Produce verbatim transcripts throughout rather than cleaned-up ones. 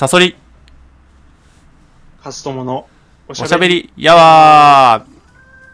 サソリカストモのおおしゃべりやわー。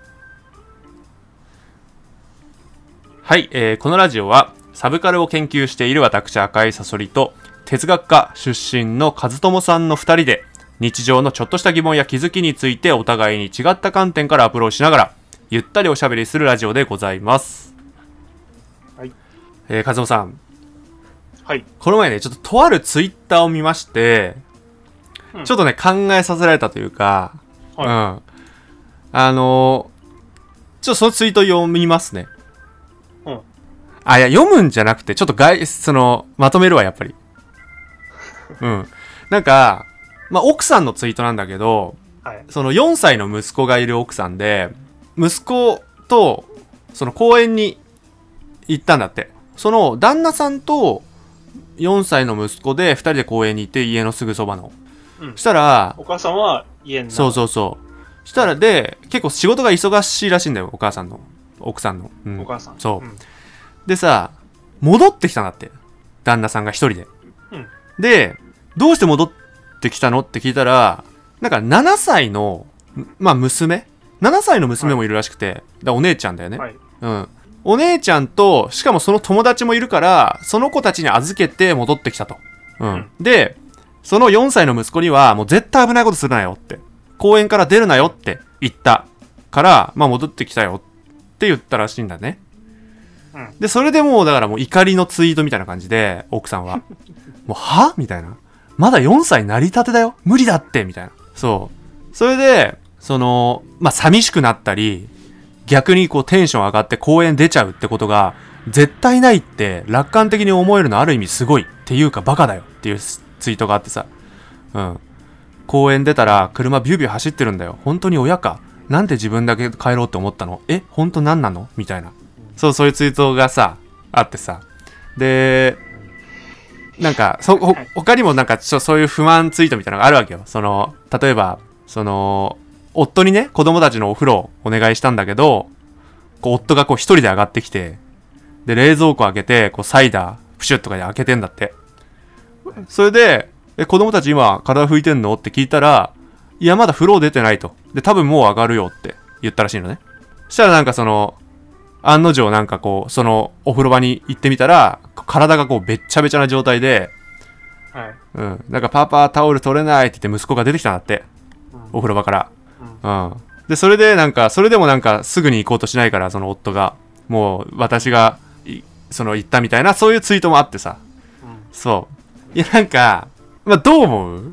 はい、えー、このラジオはサブカルを研究している私赤いサソリと哲学科出身のカズトモさんのふたりで日常のちょっとした疑問や気づきについてお互いに違った観点からアプローチしながらゆったりおしゃべりするラジオでございます。 はい、 えー、カズトモさん、 はい、 この前ねちょっととあるツイッターを見まして、うん、ちょっとね考えさせられたというか、はい、うん、あのー、ちょっとそのツイート読みますね。うん、あ、いや読むんじゃなくてちょっとがいそのまとめるわやっぱり。うん、なんかまあ奥さんのツイートなんだけど、はい、そのよんさいの息子がいる奥さんで息子とその公園に行ったんだって。その旦那さんとよんさいの息子でふたりで公園に行って家のすぐそばの、うん、したらお母さんは家のそうそうそうしたらで結構仕事が忙しいらしいんだよお母さんの奥さんの、うん、 お母さんそう、うん、でさ戻ってきたんだって旦那さんが一人で、うん、でどうして戻ってきたのって聞いたらなんかななさいのまあ娘ななさいの娘もいるらしくて、はい、だお姉ちゃんだよね、はい、うんお姉ちゃんとしかもその友達もいるからその子たちに預けて戻ってきたと、うん、うん、でそのよんさいの息子にはもう絶対危ないことするなよって公園から出るなよって言ったからまあ戻ってきたよって言ったらしいんだね、うん、でそれでもうだからもう怒りのツイートみたいな感じで奥さんはもうはみたいなまだよんさいなりたてだよ無理だってみたいなそうそれでそのまあ寂しくなったり逆にこうテンション上がって公園出ちゃうってことが絶対ないって楽観的に思えるのある意味すごいっていうかバカだよっていうツイートがあってさ、うん、公園出たら車ビュービュー走ってるんだよ本当に親かなんで自分だけ帰ろうって思ったのえ本当なんなのみたいなそうそういうツイートがさあってさでなんかそほ他にもなんかちょそういう不満ツイートみたいなのがあるわけよその例えばその夫にね子供たちのお風呂お願いしたんだけどこう夫がこう一人で上がってきてで冷蔵庫開けてこうサイダープシュッとかで開けてんだってそれでえ子供たち今体拭いてんのって聞いたらいやまだ風呂出てないとで多分もう上がるよって言ったらしいのねそしたらなんかその案の定なんかこうそのお風呂場に行ってみたら体がこうべっちゃべちゃな状態で、はいうん、なんかパパタオル取れないって言って息子が出てきたんだって、うん、お風呂場からうん、でそれでなんかそれでもなんかすぐに行こうとしないからその夫がもう私がその言ったみたいなそういうツイートもあってさ、うん、そういやなんかまあどう思う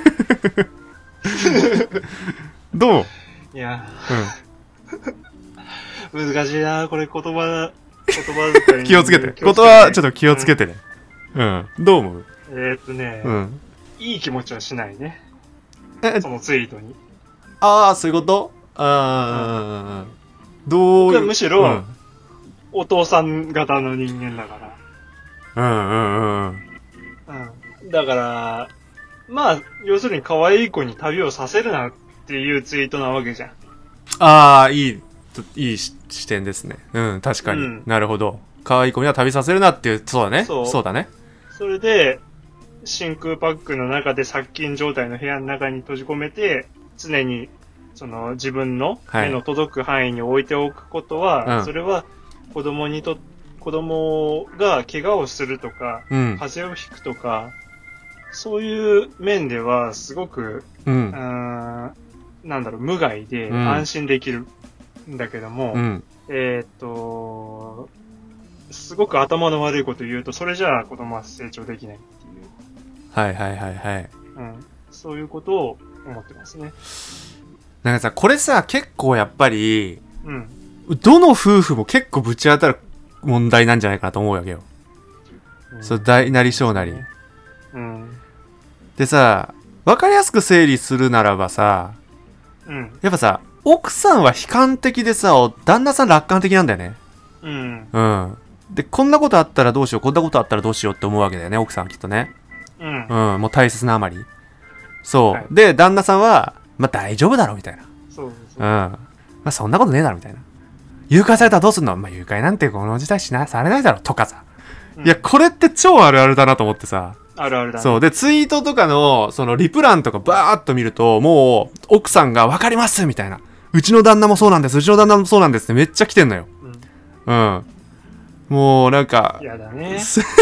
どういや、うん、難しいなこれ言葉言葉遣い気をつけて言葉ちょっと気をつけてね、うん、うん、どう思うえー、っとね、うん、いい気持ちはしないねそのツイートにああそういうことああ、うん、どう僕はむしろ、うん、お父さん型の人間だからうんうんうん、うん、だからまあ要するに可愛い子に旅をさせるなっていうツイートなわけじゃんああいいいい視点ですねうん確かに、うん、なるほど可愛い子には旅させるなっていうそうだねそう、そうだねそれで真空パックの中で殺菌状態の部屋の中に閉じ込めて常にその自分の目の届く範囲に置いておくことは、はい、それは子供にと子供が怪我をするとか、うん、風邪をひくとかそういう面ではすごく、うん、なんだろう無害で安心できるんだけども、うん、えー、っとすごく頭の悪いこと言うとそれじゃあ子供は成長できないっていうはいはいはいはい、 うん、そういうことを思ってますね。 なんかさこれさ結構やっぱり、うん、どの夫婦も結構ぶち当たる問題なんじゃないかなと思うわけよ、うん、そう大なり小なり、うん、でさ分かりやすく整理するならばさ、うん、やっぱさ奥さんは悲観的でさ旦那さん楽観的なんだよねうん、うん、でこんなことあったらどうしようこんなことあったらどうしようって思うわけだよね奥さんきっとねうん、うん、もう大切なあまりそう、はい、で旦那さんはまあ大丈夫だろみたいなそうそう、うん、まあそんなことねえだろみたいな誘拐されたらどうすんの誘拐なんてこの時代しなされないだろとかさ、うん、いやこれって超あるあるだなと思ってさあるあるだね。 そう。で、ツイートとかの、そのリプランとかバーっと見ると、もう、奥さんがわかりますみたいな。うちの旦那もそうなんです、うちの旦那もそうなんですってめっちゃ来てんのよ。うん。うん。もう、なんか。 嫌だね。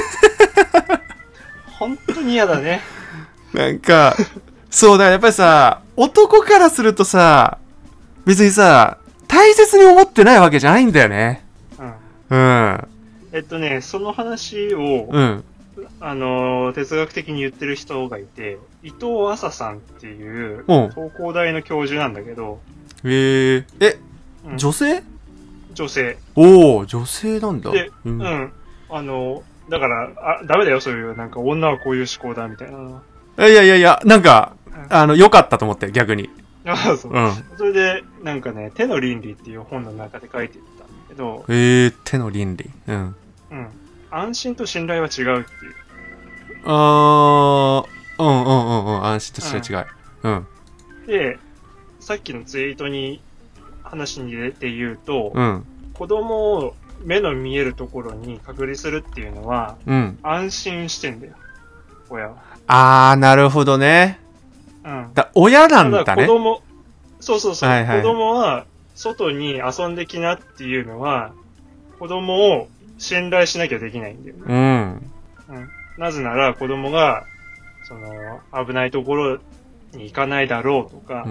本当に嫌だね。 なんか、そうだ、やっぱりさ、男からするとさ、別にさ、大切に思ってないわけじゃないんだよね。うん。うん。 えっとね、その話を、うん。あの、哲学的に言ってる人がいて、伊藤麻さんっていう、東工大の教授なんだけど。 へえ。え、うん、女性女性。 おお、女性なんだ。 で、うん、うん。あの、だから、あ、ダメだよ、そういう、なんか、女はこういう思考だ、みたいな。 いやいやいや、なんか、うん、あの、良かったと思って、逆に。 ああ、そう。うん。それで、なんかね、手の倫理っていう本の中で書いてたんだけど。 へえ、手の倫理。うん。 うん。安心と信頼は違うっていう。 あー、うんうんうんうん、安心と信頼違う。うん。 うん、で、さっきのツイートに、話に出て言うと、うん、子供を目の見えるところに隔離するっていうのは、うん、安心してんだよ、親は。 あー、なるほどね。うん。だ親なんだね。 ただ子供、そうそうそう、はいはい、子供は外に遊んできなっていうのは、子供を信頼しなきゃできないんだよね。うん。うん。なぜなら子供が、その、危ないところに行かないだろうとか、うん、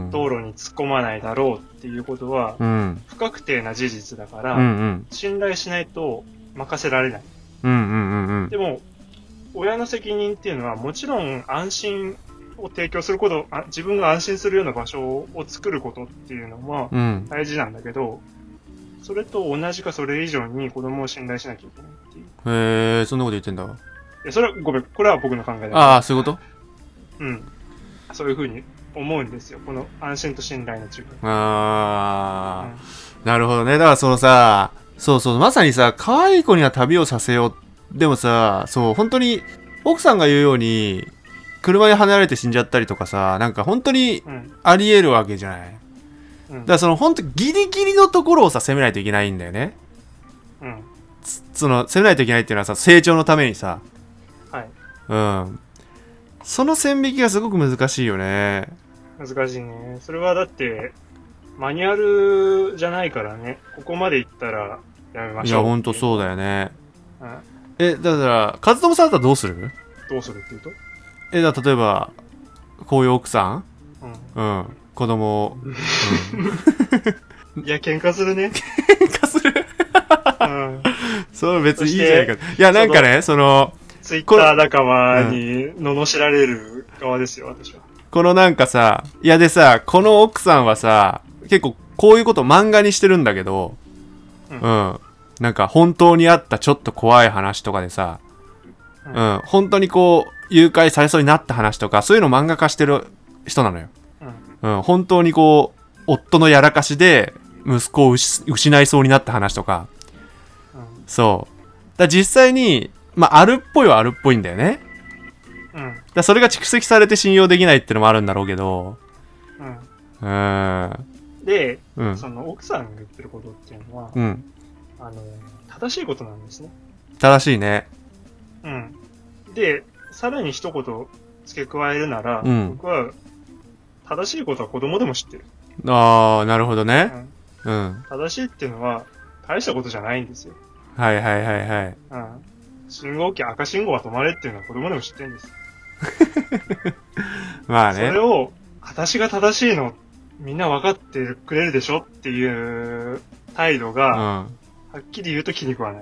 道路に突っ込まないだろうっていうことは、うん、不確定な事実だから、うんうん、信頼しないと任せられない。うんうんうんうん、でも、親の責任っていうのは、もちろん安心を提供すること、あ自分が安心するような場所を作ることっていうのも大事なんだけど、うん、それと同じかそれ以上に子供を信頼しなきゃいけないっていう。 へー、そんなこと言ってんだ。 いや、それはごめん、これは僕の考えだけど。 ああ、そういうこと？ うん。そういうふうに思うんですよ。この安心と信頼の違い。 ああ、うん、なるほどね。だからそのさ、そうそう、まさにさ、可愛い子には旅をさせよう。でもさ、そう、本当に、奥さんが言うように、車にはねられて死んじゃったりとかさ、なんか本当にあり得るわけじゃない。うん、だからその本当ギリギリのところをさ、攻めないといけないんだよね。うん。その、攻めないといけないっていうのはさ、成長のためにさ。はい。うん。その線引きがすごく難しいよね。 難しいね。それはだって、マニュアルじゃないからね。ここまで行ったらやめましょう。 いや、ほんとそうだよね。うん。え、だから、和友さんだったらどうする？ どうするって言うと？ え、だ例えば、こういう奥さん？うん。うん。子供、 うん。いや、喧嘩するね。 喧嘩するうん。そう、別にいいじゃないか。いや、なんかね、その、 ツイッター仲間に罵られる側ですよ、私は。 このなんかさ、いやでさ、この奥さんはさ、結構こういうこと漫画にしてるんだけど、うん。うん、なんか本当にあったちょっと怖い話とかでさ、うん、うん、本当にこう、誘拐されそうになった話とか、そういうの漫画化してる人なのよ。うん。うん、本当にこう、夫のやらかしで息子を失いそうになった話とか、うん、そう。だ実際に、まあ、あるっぽいはあるっぽいんだよね。うん。だそれが蓄積されて信用できないってのもあるんだろうけど。うん。 うん。で、うん、その奥さんが言ってることっていうのは、うん。あの、正しいことなんですね。 正しいね。 うん。で、さらに一言付け加えるなら、うん、僕は、正しいことは子供でも知ってる。 ああ、なるほどね。 うん。うん、正しいっていうのは、大したことじゃないんですよ。 はいはいはいはい。うん。 信号機赤信号は止まれっていうのは子供でも知ってるんです。 まあね。 それを、私が正しいの、みんな分かってくれるでしょっていう態度が、うん、はっきり言うと気に食わない。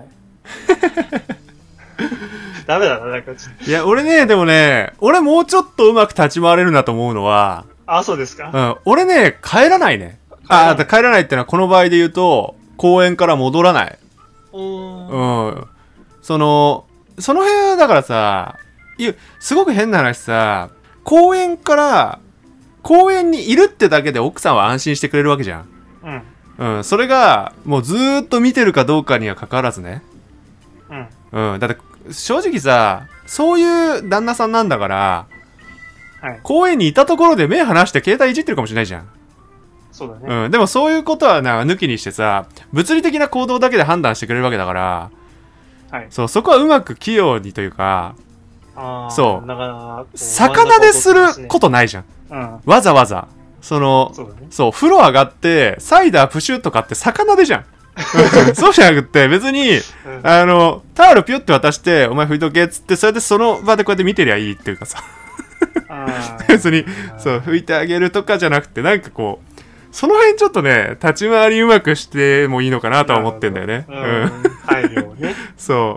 ダメだな、なんかちょっと。 いや、俺ね、でもね、俺もうちょっとうまく立ち回れるなと思うのは、 あ、そうですか？ うん。俺ね、帰らないね。あ、帰らないってのはこの場合で言うと、公園から戻らない。うーん。うん。その、その辺はだからさ、いや、すごく変な話さ、公園から、公園にいるってだけで奥さんは安心してくれるわけじゃん。うん。うん。それが、もうずーっと見てるかどうかには関わらずね。うん。うん。だって、正直さ、そういう旦那さんなんだから、はい、公園にいたところで目離して携帯いじってるかもしれないじゃん。 そうだね。 うん。でもそういうことはな、抜きにしてさ、物理的な行動だけで判断してくれるわけだから、はい。そう、そこはうまく器用にというか、 あそう。 だから魚ですることないじゃん。 うん、 わざわざ。その、そうだね。そう、風呂上がって、サイダープシューとかって魚でじゃん。そうじゃなくて、別に、うん、あの、タオルピュって渡して、お前拭いとけっつって、それでその場でこうやって見てりゃいいっていうかさ。別に、そう、拭いてあげるとかじゃなくて、なんかこう、その辺ちょっとね、立ち回りうまくしてもいいのかなとは思ってんだよね。うん。 配慮をね。 そう。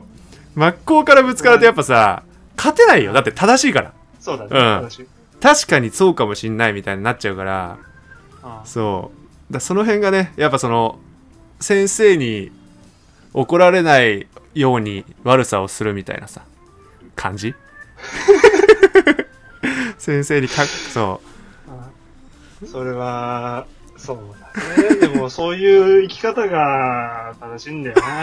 真っ向からぶつかるとやっぱさ、勝てないよ。だって正しいから。 そうだね。 うん。正しい。確かにそうかもしんないみたいになっちゃうから、ああそうだ、その辺がね、やっぱその先生に怒られないように悪さをするみたいなさ感じ先生にかそうああそれはそうだね。でもそういう生き方が正しいんだよな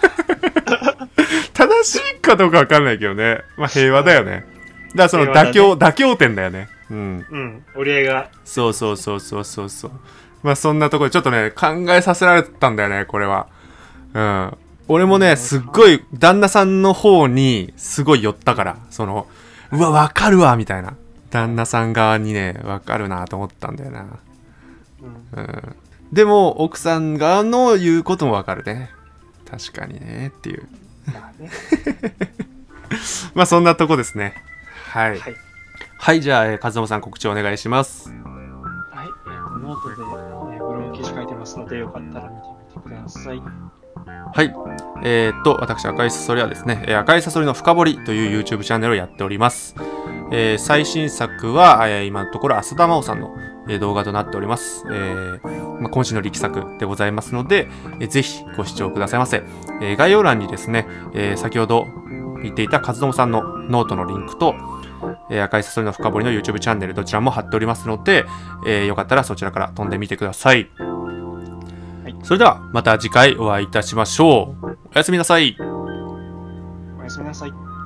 正しいかどうか分かんないけどね、まあ平和だよね。だからその妥協、ね、妥協点だよね。うん。 うん。折り合いが。 そうそうそうそうそうそう。まあそんなところでちょっとね、考えさせられたんだよね、これは。うん。俺もね、すっごい、旦那さんの方に、すごい寄ったから、その、うわ、わかるわ、みたいな。旦那さん側にね、わかるなと思ったんだよな。うん。うん、でも、奥さん側の言うこともわかるね。確かにね、っていう。まあね。まあそんなとこですね。はい。はい、はい、じゃあ、えー、和友さん告知お願いします。 はい、えー、ノートで、えー、ブログ記事書いてますので、よかったら見てみてください。 はい。えー、っと、私、赤いサソリはですね、えー、赤いサソリの深掘りという YouTube チャンネルをやっております。えー、最新作は、えー、今のところ、浅田真央さんの、えー、動画となっております。えー、まあ、渾身の力作でございますので、えー、ぜひご視聴くださいませ。えー、概要欄にですね、えー、先ほど言っていた和友さんのノートのリンクと、えー、赤いサソリの深掘りの YouTube チャンネルどちらも貼っておりますので、えー、よかったらそちらから飛んでみてください。はい、それではまた次回お会いいたしましょう。おやすみなさい。 おやすみなさい。